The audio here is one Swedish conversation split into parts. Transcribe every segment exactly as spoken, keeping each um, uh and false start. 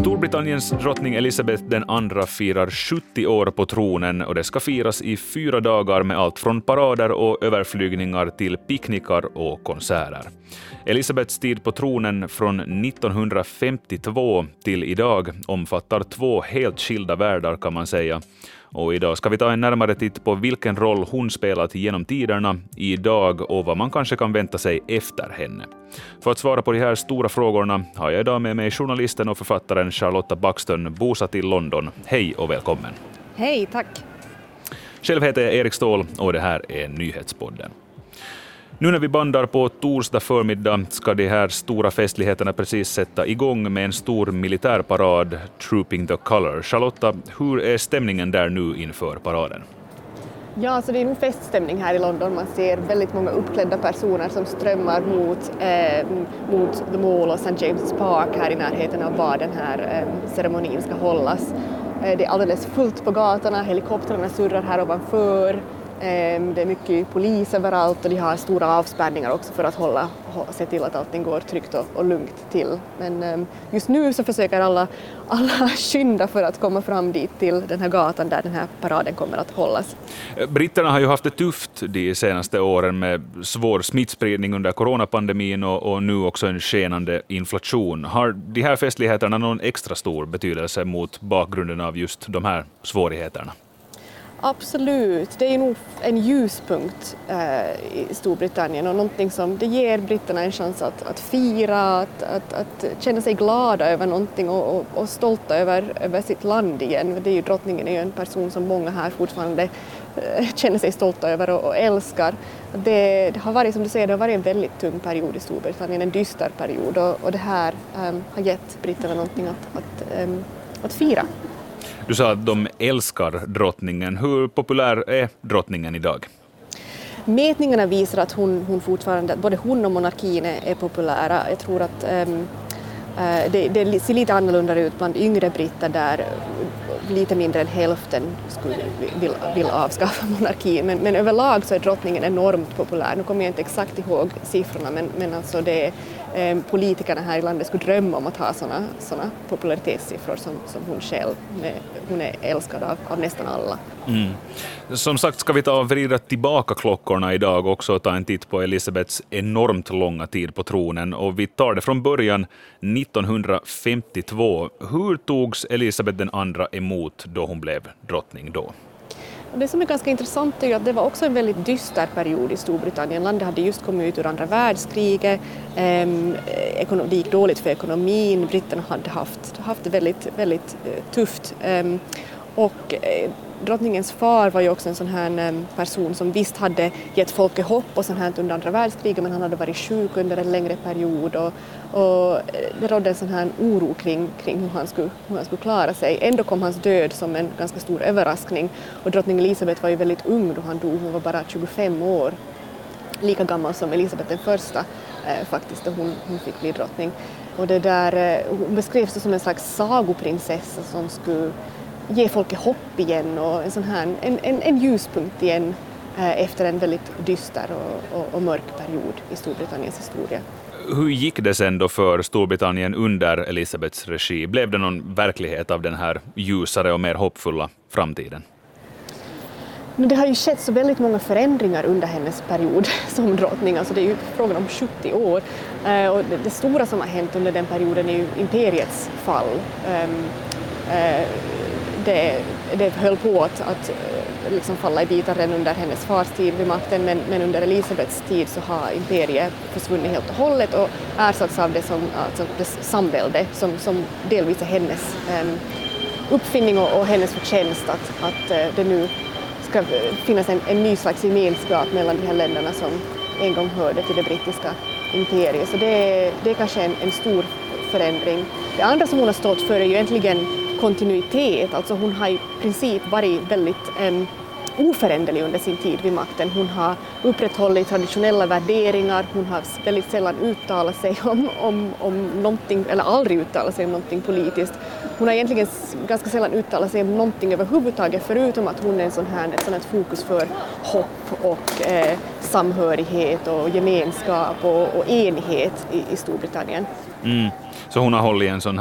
Storbritanniens drottning Elizabeth den andra firar sjuttio år på tronen och det ska firas i fyra dagar med allt från parader och överflygningar till picknickar och konserter. Elizabeths tid på tronen från nittonhundrafemtiotvå till idag omfattar två helt skilda världar kan man säga. Och idag ska vi ta en närmare titt på vilken roll hon spelat genom tiderna idag och vad man kanske kan vänta sig efter henne. För att svara på de här stora frågorna har jag idag med mig journalisten och författaren Charlotta Buxton, bosatt i London. Hej och välkommen. Hej, tack. Själv heter jag Erik Ståhl och det här är Nyhetspodden. Nu när vi bandar på torsdag förmiddag ska de här stora festligheterna precis sätta igång med en stor militärparad, Trooping the Colour. Charlotta, hur är stämningen där nu inför paraden? Ja, alltså det är nog feststämning här i London. Man ser väldigt många uppklädda personer som strömmar mot, eh, mot The Mall och Saint James' Park här i närheten av var den här eh, ceremonin ska hållas. Eh, det är alldeles fullt på gatorna, helikoptrarna surrar här ovanför. Det är mycket polis överallt och de har stora avspärrningar också för att hålla, se till att allting går tryggt och, och lugnt till. Men just nu så försöker alla, alla skynda för att komma fram dit till den här gatan där den här paraden kommer att hållas. Britterna har ju haft det tufft de senaste åren med svår smittspridning under coronapandemin och, och nu också en skenande inflation. Har de här festligheterna någon extra stor betydelse mot bakgrunden av just de här svårigheterna? Absolut, det är nog en ljuspunkt eh, i Storbritannien och någonting som det ger britterna en chans att, att fira, att, att, att känna sig glada över någonting och, och, och stolta över, över sitt land igen. Det är ju, drottningen är ju en person som många här fortfarande eh, känner sig stolta över och, och älskar. Det, det har varit, som du säger, det har varit en väldigt tung period i Storbritannien, en dyster period och, och det här eh, har gett britterna någonting att, att, eh, att fira. Du sa att de älskar drottningen. Hur populär är drottningen idag? Mätningarna visar att hon, hon fortfarande, både hon och monarkin är, är populära. Jag tror att um, uh, det, det ser lite annorlunda ut bland yngre britter där lite mindre än hälften skulle, vill, vill avskaffa monarkin. Men, men överlag så är drottningen enormt populär. Nu kommer jag inte exakt ihåg siffrorna men, men alltså det eh, politikerna här i landet skulle drömma om att ha såna, såna popularitetssiffror som, som hon själv. Hon är älskad av, av nästan alla. Mm. Som sagt ska vi ta och vrida tillbaka klockorna idag också och ta en titt på Elizabeths enormt långa tid på tronen. Och vi tar det från början nittonhundrafemtiotvå. Hur togs Elizabeth den andra emot då hon blev drottning då? Det som är ganska intressant är ju att det var också en väldigt dyster period i Storbritannien. Landet hade just kommit ut ur andra världskriget, eh, det gick dåligt för ekonomin, britterna hade haft, haft det väldigt, väldigt eh, tufft. Eh, och eh, drottningens far var ju också en sån här eh, person som visst hade gett folket hopp och sånt här under andra världskriget, men han hade varit sjuk under en längre period och, och det rådde en sån här oro kring, kring hur, han skulle, hur han skulle klara sig. Ändå kom hans död som en ganska stor överraskning och drottning Elizabeth var ju väldigt ung då han dog, hon var bara tjugofem år, lika gammal som Elizabeth den första eh, faktiskt då hon, hon fick bli drottning. Och det där, eh, hon beskrevs som en slags sagoprinsessa som skulle ge folket hopp igen och en sån här en, en, en ljuspunkt igen eh, efter en väldigt dyster och, och, och mörk period i Storbritanniens historia. Hur gick det sen då för Storbritannien under Elizabeths regi? Blev det någon verklighet av den här ljusare och mer hoppfulla framtiden? Det har ju skett så väldigt många förändringar under hennes period som drottning. Alltså det är ju frågan om sjuttio år. Eh, och det, det stora som har hänt under den perioden är ju imperiets fall. Eh, eh, Det, det höll på att, att liksom falla i bitar redan under hennes fars tid vid makten, men, men under Elizabeths tid så har imperiet försvunnit helt och hållet och ersatts av det, som, alltså det samvälde som, som delvis är hennes um, uppfinning och, och hennes förtjänst att, att uh, det nu ska finnas en, en ny slags gemenskap mellan de här länderna som en gång hörde till det brittiska imperiet. Så det, det är kanske en, en stor förändring. Det andra som hon har stått för är ju egentligen kontinuitet, alltså hon har i princip varit väldigt um, oföränderlig under sin tid vid makten. Hon har upprätthållit traditionella värderingar, hon har väldigt sällan uttalat sig om, om, om någonting, eller aldrig uttalat sig om någonting politiskt. Hon har egentligen ganska sällan uttalat sig om någonting överhuvudtaget, förutom att hon är en sån här, ett sånt här fokus för hopp och eh, samhörighet och gemenskap och, och enighet i, i Storbritannien. Mm. Så hon har hållit en sån här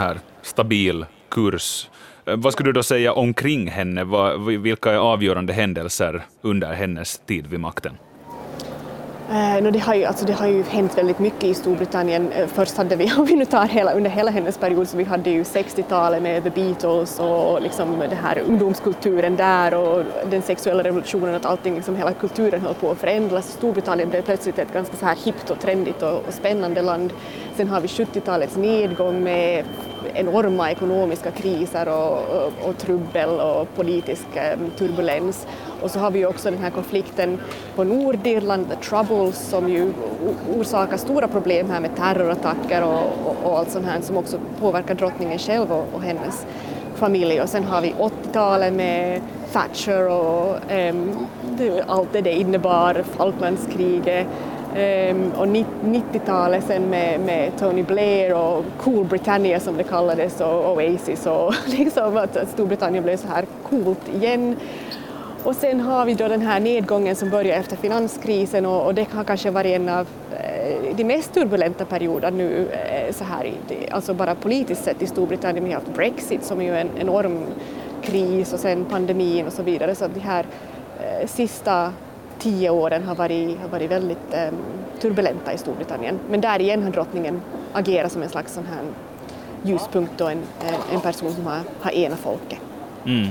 stabil kurs. Vad skulle du då säga omkring henne? Vilka är avgörande händelser under hennes tid vid makten? Uh, no, det, har ju, alltså det har ju hänt väldigt mycket i Storbritannien. Uh, först hade vi, om vi nu tar hela, under hela hennes period, så vi hade ju sextiotalet med The Beatles och liksom det här ungdomskulturen där och den sexuella revolutionen, att allting, liksom hela kulturen höll på att förändras. Storbritannien blev plötsligt ett ganska så här hippt och trendigt och, och spännande land. Sen har vi sjuttiotalets nedgång med enorma ekonomiska kriser och, och, och trubbel och politisk um, turbulens. Och så har vi ju också den här konflikten på Nordirland, The Troubles, som ju orsakar stora problem här med terrorattacker och, och, och allt sånt här som också påverkar drottningen själv och, och hennes familj. Och sen har vi åttiotalet med Thatcher och um, det, allt det det innebar, Falklandskriget. Um, och nittiotalet sen med, med Tony Blair och Cool Britannia som det kallades och Oasis och liksom att, att Storbritannien blev så här coolt igen. Och sen har vi då den här nedgången som börjar efter finanskrisen och, och det har kanske varit en av eh, de mest turbulenta perioder nu eh, så här, alltså bara politiskt sett i Storbritannien. Vi har haft Brexit som är ju en enorm kris och sen pandemin och så vidare, så att de här eh, sista tio åren har varit, har varit väldigt eh, turbulenta i Storbritannien. Men där igen har drottningen agerat som en slags sån här ljuspunkt och en, en person som har, har enat folket. Mm.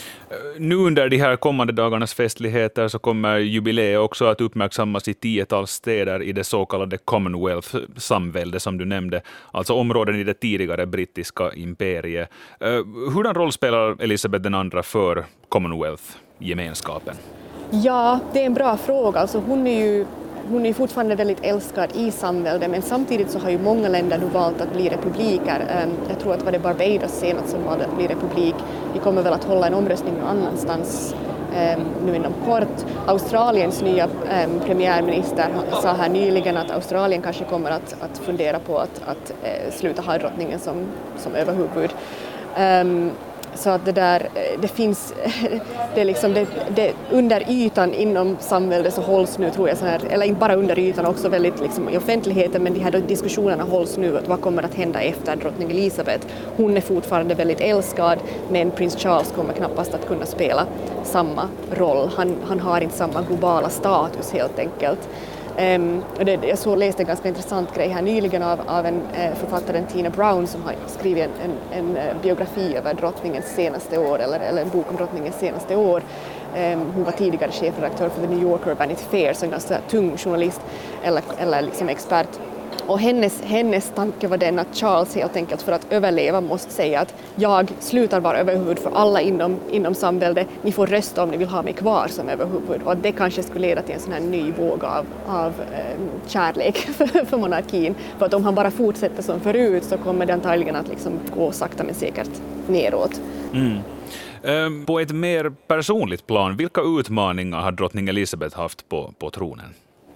Nu under de här kommande dagarnas festligheter så kommer jubileet också att uppmärksammas i tiotals städer i det så kallade Commonwealth, samvälde som du nämnde, alltså områden i det tidigare brittiska imperiet. Hurdan roll spelar Elisabeth den andra för Commonwealth-gemenskapen? Ja, det är en bra fråga. Alltså hon är ju Hon är fortfarande väldigt älskad i samvälde, men samtidigt så har ju många länder nu valt att bli republiker. Jag tror att det var det Barbados senast som valde att bli republik. Vi kommer väl att hålla en omröstning någon annanstans nu inom kort. Australiens nya premiärminister sa här nyligen att Australien kanske kommer att, att fundera på att, att sluta ha drottningen som, som överhuvud. Um, Så att det där, det finns, det är liksom det, det under ytan inom samhället så hålls nu, tror jag, så här, eller inte bara under ytan, också väldigt liksom i offentligheten, men de här diskussionerna hålls nu, att vad kommer att hända efter drottning Elisabeth. Hon är fortfarande väldigt älskad, men prins Charles kommer knappast att kunna spela samma roll. Han, han har inte samma globala status helt enkelt. Um, och det, jag så läste en ganska intressant grej här nyligen av, av en eh, författaren Tina Brown som har skrivit en, en, en biografi över drottningens senaste år, eller, eller en bok om drottningens senaste år. Um, hon var tidigare chefredaktör för The New Yorker och Vanity Fair, så en ganska tung journalist eller, eller liksom expert. Och hennes, hennes tanke var den att Charles helt enkelt för att överleva måste säga att jag slutar vara överhuvud för alla inom, inom samvälde. Ni får rösta om ni vill ha mig kvar som överhuvud. Och att det kanske skulle leda till en sån här ny våg av, av eh, kärlek för, för monarkin. För att om han bara fortsätter som förut så kommer det antagligen att liksom gå sakta men säkert neråt. Mm. Um, på ett mer personligt plan, vilka utmaningar har drottning Elisabeth haft på, på tronen?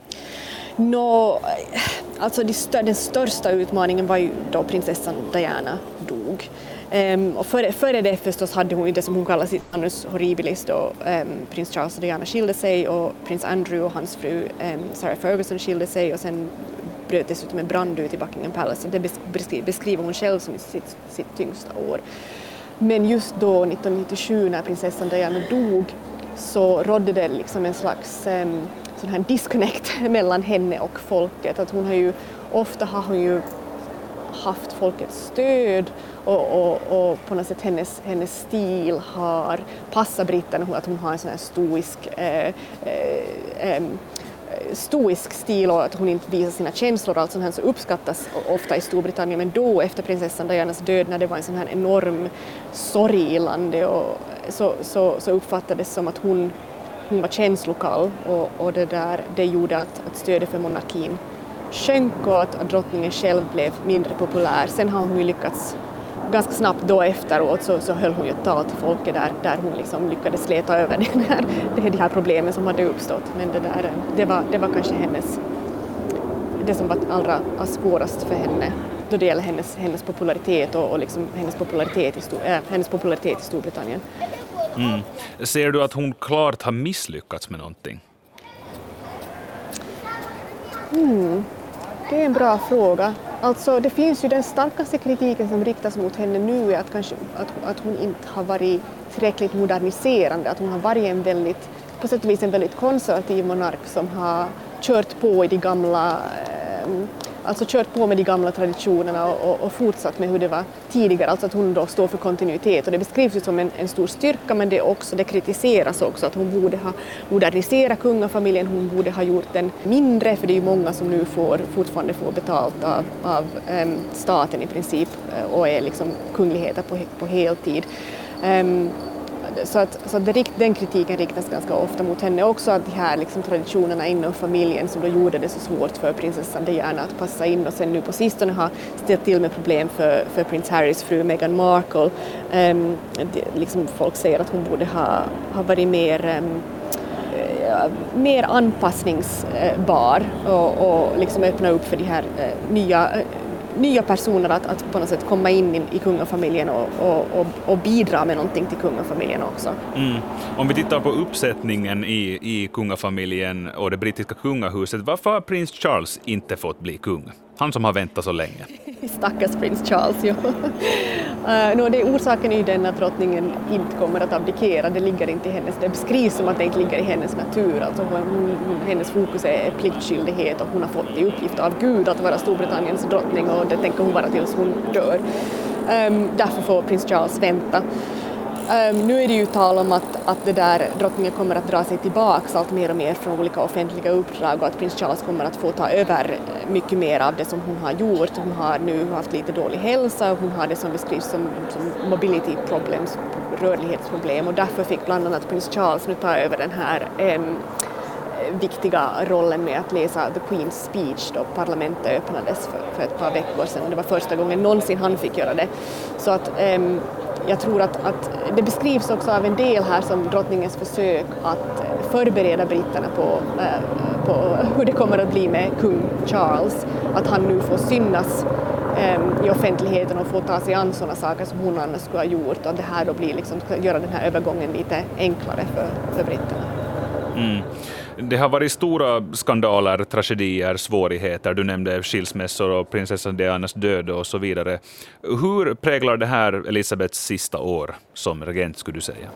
Nå, alltså den största utmaningen var ju då prinsessan Diana dog. Um, och före, före det förstås hade hon ju det som hon kallar sitt annus horribilis då um, prins Charles och Diana skilde sig och prins Andrew och hans fru um, Sarah Ferguson skilde sig och sen bröt dessutom en brand ut i Buckingham Palace. Det beskriver, beskriver hon själv som sitt, sitt tyngsta år. Men just då nittonhundranittiosju när prinsessan Diana dog så rådde det liksom en slags um, sån här disconnect mellan henne och folket. Att hon har ju, ofta har hon ju haft folkets stöd och, och, och på något sätt hennes, hennes stil har passat britterna, att hon har en sån här stoisk, eh, eh, stoisk stil och att hon inte visar sina känslor och allt sånt här, så uppskattas ofta i Storbritannien. Men då efter prinsessan Dianas död, när det var en sån här enorm sorg i landet, och så, så, så uppfattades som att hon Hon var känslokall och, och det, där, det gjorde att, att stödet för monarkin sjönk och att, att drottningen själv blev mindre populär. Sen har hon ju lyckats ganska snabbt då efteråt så, så höll hon ju ett tal till folket där, där hon liksom lyckades leta över den här, de här problemen som hade uppstått. Men det, där, det, var, det var kanske hennes, det som var allra svårast för henne då det gäller hennes, hennes popularitet och, och liksom hennes, popularitet i, äh, hennes popularitet i Storbritannien. Mm. Ser du att hon klart har misslyckats med någonting? Mm. Det är en bra fråga. Alltså det finns ju den starkaste kritiken som riktas mot henne nu är att, kanske, att, att hon inte har varit tillräckligt moderniserande, att hon har varit en väldigt, på sätt och vis en väldigt konservativ monark som har kört på i de gamla, eh, alltså kört på med de gamla traditionerna och, och, och fortsatt med hur det var tidigare, alltså att hon då står för kontinuitet och det beskrivs ju som en, en stor styrka men det, också, det kritiseras också att hon borde ha moderniserat kungafamiljen, hon borde ha gjort den mindre för det är ju många som nu får, fortfarande får betalt av, av um, staten i princip och är liksom kungligheter på, på heltid. Um, Så att, så att det, den kritiken riktas ganska ofta mot henne också, att de här liksom, traditionerna inom familjen som då gjorde det så svårt för prinsessan Diana att passa in och sen nu på sistone har ställt till med problem för, för prins Harrys fru Meghan Markle. Um, det, liksom, folk säger att hon borde ha, ha varit mer, um, uh, mer anpassningsbar och, och liksom öppna upp för de här uh, nya uh, nya personer att, att på något sätt komma in i, i kungafamiljen och, och, och, och bidra med någonting till kungafamiljen också. Mm. Om vi tittar på uppsättningen i, i kungafamiljen och det brittiska kungahuset, varför har prins Charles inte fått bli kung? Han som har väntat så länge. Stackars prins Charles, jo. uh, no, det, orsaken är ju den att drottningen inte kommer att abdikera. Det ligger inte i hennes, det beskrivs som att det inte ligger i hennes natur. Alltså hon, hennes fokus är pliktskyldighet och hon har fått i uppgift av Gud att vara Storbritanniens drottning och det tänker hon vara tills hon dör. Um, därför får prins Charles vänta. Um, nu är det ju tal om att, att det där drottningen kommer att dra sig tillbaka allt mer och mer från olika offentliga uppdrag och att prins Charles kommer att få ta över mycket mer av det som hon har gjort. Hon har nu haft lite dålig hälsa och hon har det som beskrivs som, som mobility problems, rörlighetsproblem och därför fick bland annat prins Charles nu ta över den här um, viktiga rollen med att läsa The Queen's Speech då parlamentet öppnades för, för ett par veckor sedan och det var första gången någonsin han fick göra det. Så att um, jag tror att, att det beskrivs också av en del här som drottningens försök att förbereda britterna på, äh, på hur det kommer att bli med kung Charles. Att han nu får synas äh, i offentligheten och får ta sig an sådana saker som hon annars skulle ha gjort. Och det här då blir liksom, göra den här övergången lite enklare för, för britterna. Mm. Det har varit stora skandaler, tragedier, svårigheter. Du nämnde skilsmässor och prinsessan Dianas död och så vidare. Hur präglar det här Elisabeths sista år som regent, skulle du säga?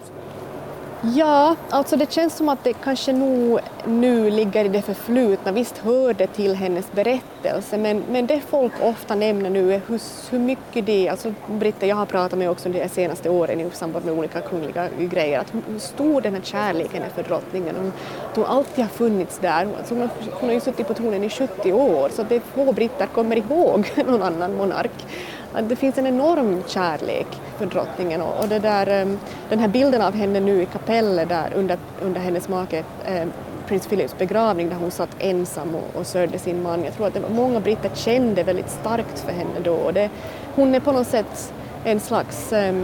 Ja, alltså det känns som att det kanske nog nu ligger i det förflutna. Visst hör det till hennes berättelse, men, men det folk ofta nämner nu är hur, hur mycket det, alltså britter jag har pratat med också de senaste åren i samband med olika kungliga grejer, att hur stor den här kärleken är för drottningen. Hon, hon alltid har funnits där. Alltså hon, hon har ju suttit på tronen i sjuttio år, så det är få britter kommer ihåg någon annan monark. Det finns en enorm kärlek för drottningen och det där, den här bilden av henne nu i kapellet där under, under hennes make eh, prins Philips begravning där hon satt ensam och, och sörjde sin man. Jag tror att det var många britter kände väldigt starkt för henne då. Och det, hon är på något sätt en slags eh,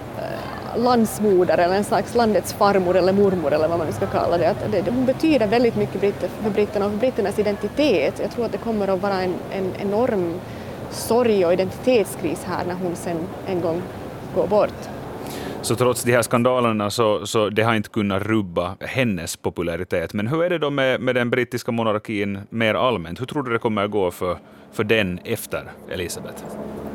landsmoder eller en slags landets farmor eller mormor eller vad man nu ska kalla det. Att det hon betyder väldigt mycket britter, för britterna och för britternas identitet. Jag tror att det kommer att vara en, en enorm sorg och identitetskris här när hon sen en gång går bort. Så trots de här skandalerna så, så det har inte kunnat rubba hennes popularitet. Men hur är det då med, med den brittiska monarkin mer allmänt? Hur tror du det kommer att gå för, för den efter Elisabeth?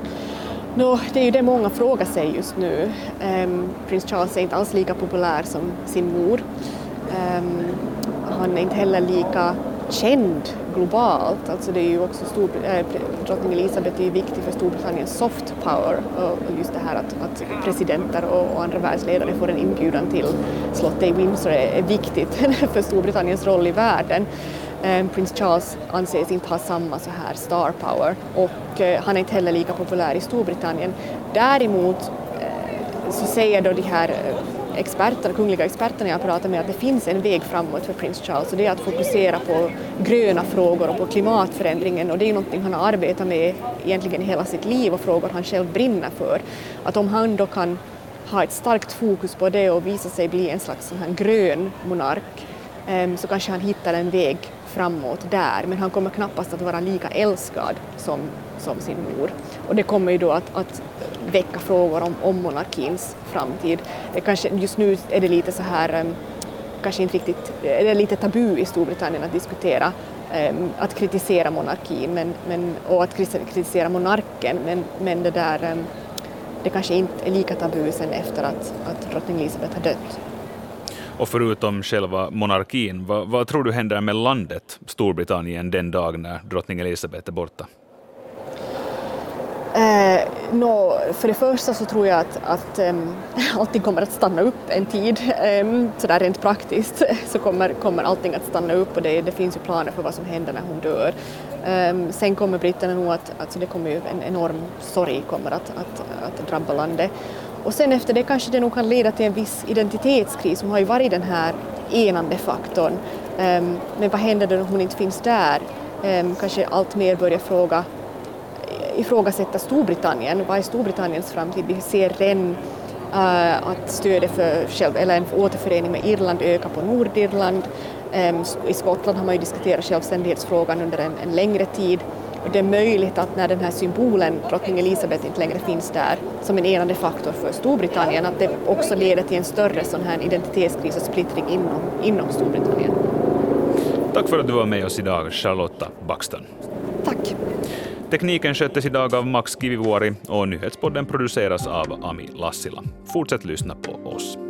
No, det är ju det många frågar sig just nu. Um, prins Charles är inte alls lika populär som sin mor. Um, han är inte heller lika känd globalt. Alltså det är ju också stor, äh, drottning Elisabeth är ju viktig för Storbritanniens soft power och just det här att, att presidenter och, och andra världsledare får en inbjudan till slottet i Windsor är, är viktigt för Storbritanniens roll i världen. Um, prins Charles anses inte ha samma så här star power och uh, han är inte heller lika populär i Storbritannien. Däremot uh, så säger då de här uh, experter, kungliga experterna jag pratar med att det finns en väg framåt för prins Charles och det är att fokusera på gröna frågor och på klimatförändringen och det är ju någonting han har arbetat med egentligen i hela sitt liv och frågor han själv brinner för. Att om han då kan ha ett starkt fokus på det och visa sig bli en slags sån här grön monark um, så kanske han hittar en väg framåt där, men han kommer knappast att vara lika älskad som, som sin mor. Och det kommer ju då att, att väcka frågor om, om monarkins framtid. Det kanske, just nu är det lite så här, kanske inte riktigt, är det lite tabu i Storbritannien att diskutera att kritisera monarkin men, men, och att kritisera monarken, men, men det där det kanske inte är lika tabu sen efter att, att drottning Elisabeth har dött. Och förutom själva monarkin, vad, vad tror du händer med landet Storbritannien den dag när drottning Elisabeth är borta? Eh, no, för det första så tror jag att, att um, allting kommer att stanna upp en tid. Um, så där rent praktiskt så kommer, kommer allting att stanna upp och det, det finns ju planer för vad som händer när hon dör. Um, sen kommer britterna nog att, alltså det kommer ju en enorm sorg kommer att, att, att drabba landet. Och sen efter det kanske det nog kan leda till en viss identitetskris som har ju varit den här enande faktorn. Um, men vad händer då när hon inte finns där? Um, kanske allt mer börjar fråga ifrågasätta Storbritannien. Vad är Storbritanniens framtid? Vi ser redan uh, att stödet för själv, eller en återförening med Irland ökar på Nordirland. Um, I Skottland har man ju diskuterat självständighetsfrågan under en, en längre tid. Och det är möjligt att när den här symbolen, drottning Elisabeth, inte längre finns där som en enande faktor för Storbritannien, att det också leder till en större sån här identitetskris och splittring inom, inom Storbritannien. Tack för att du var med oss idag, Charlotta Baxton. Tack. Tekniken sköttes idag av Max Kivivuori och nyhetspodden produceras av Ami Lassila. Fortsätt lyssna på oss.